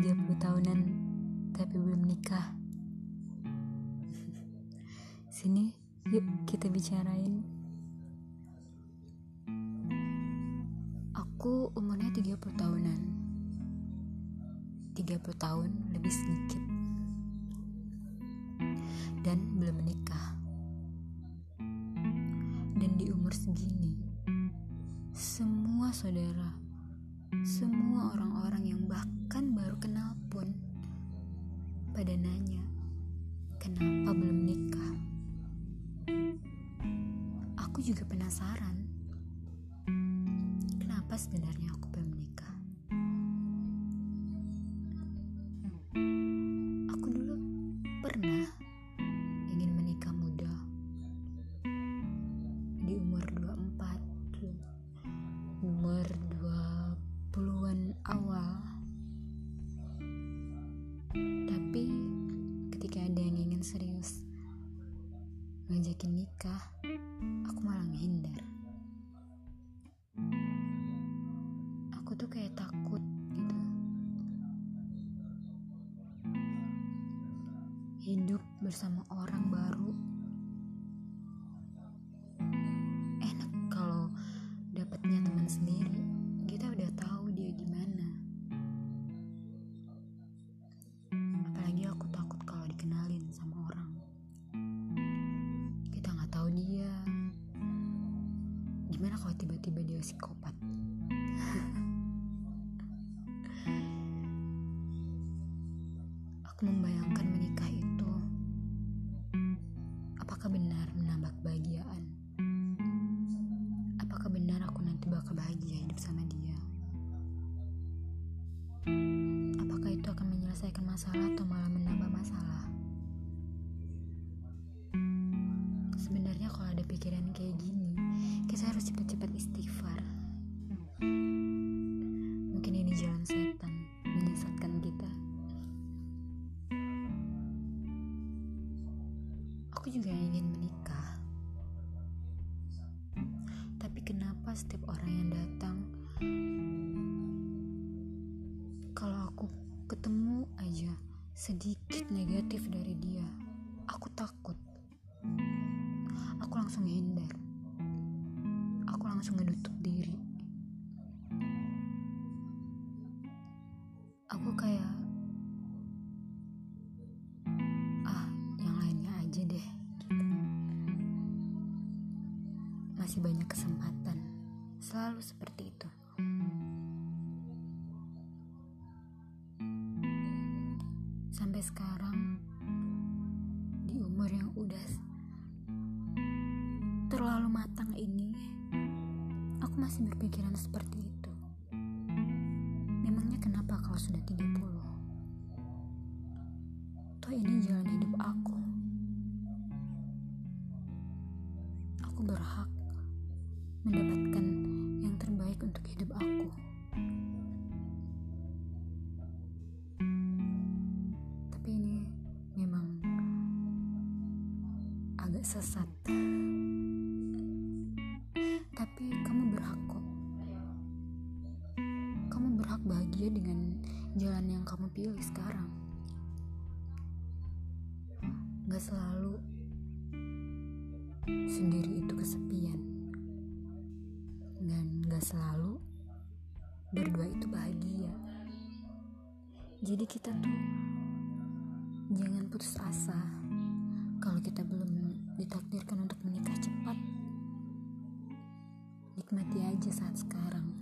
30 tahunan tapi belum nikah. Sini, yuk kita bicarain. Aku umurnya 30 tahunan. 30 tahun lebih sedikit. Dan belum menikah. Dan di umur segini, semua saudara, semua orang-orang yang bahkan baru kenal pun pada nanya, kenapa belum nikah? Aku juga penasaran, kenapa sebenarnya aku belum nikah? Aku dulu pernah ingin menikah muda, di umur 24, umur 20-an awal. Tapi ketika ada yang ingin serius ngajakin nikah, aku malah menghindar. Aku tuh kayak takut gitu. Hidup bersama orang baru enak kalau dapatnya teman sendiri. Kita udah tahu dia gimana. Apalagi aku takut kalau dikenalin sama orang. Kita nggak tahu dia. Gimana kalau tiba-tiba dia psikopat? Aku membayangkan menikah itu, apakah benar menambah kebahagiaan? Apakah benar aku nanti bakal bahagia hidup sama dia? Apakah itu akan menyelesaikan masalah atau malah menambah masalah? Sebenarnya kalau ada pikiran kayak gini, kita harus cepat-cepat istighfar. Mungkin ini jalan setan menyesatkan kita. Aku juga ingin menikah. Tapi kenapa setiap orang yang datang, kalau aku ketemu aja sedikit negatif dari dia, aku takut. Aku langsung hindar. Aku langsung ngenutup diri. Aku kayak, yang lainnya aja deh gitu. Masih banyak kesempatan. Selalu seperti itu. Sampai sekarang, di umur yang udah terlalu matang ini, aku masih berpikiran seperti itu. Memangnya kenapa kalau sudah 30? Toh ini jalan hidup aku. Aku berhak mendapatkan yang terbaik untuk hidup aku. Tapi ini memang agak sesat. Tapi kamu berhak kok. Kamu berhak bahagia dengan jalan yang kamu pilih sekarang. Gak selalu sendiri itu kesepian. Dan gak selalu berdua itu bahagia. Jadi kita tuh jangan putus asa. Kalau kita belum ditakdirkan untuk menikah cepat, nikmati aja saat sekarang.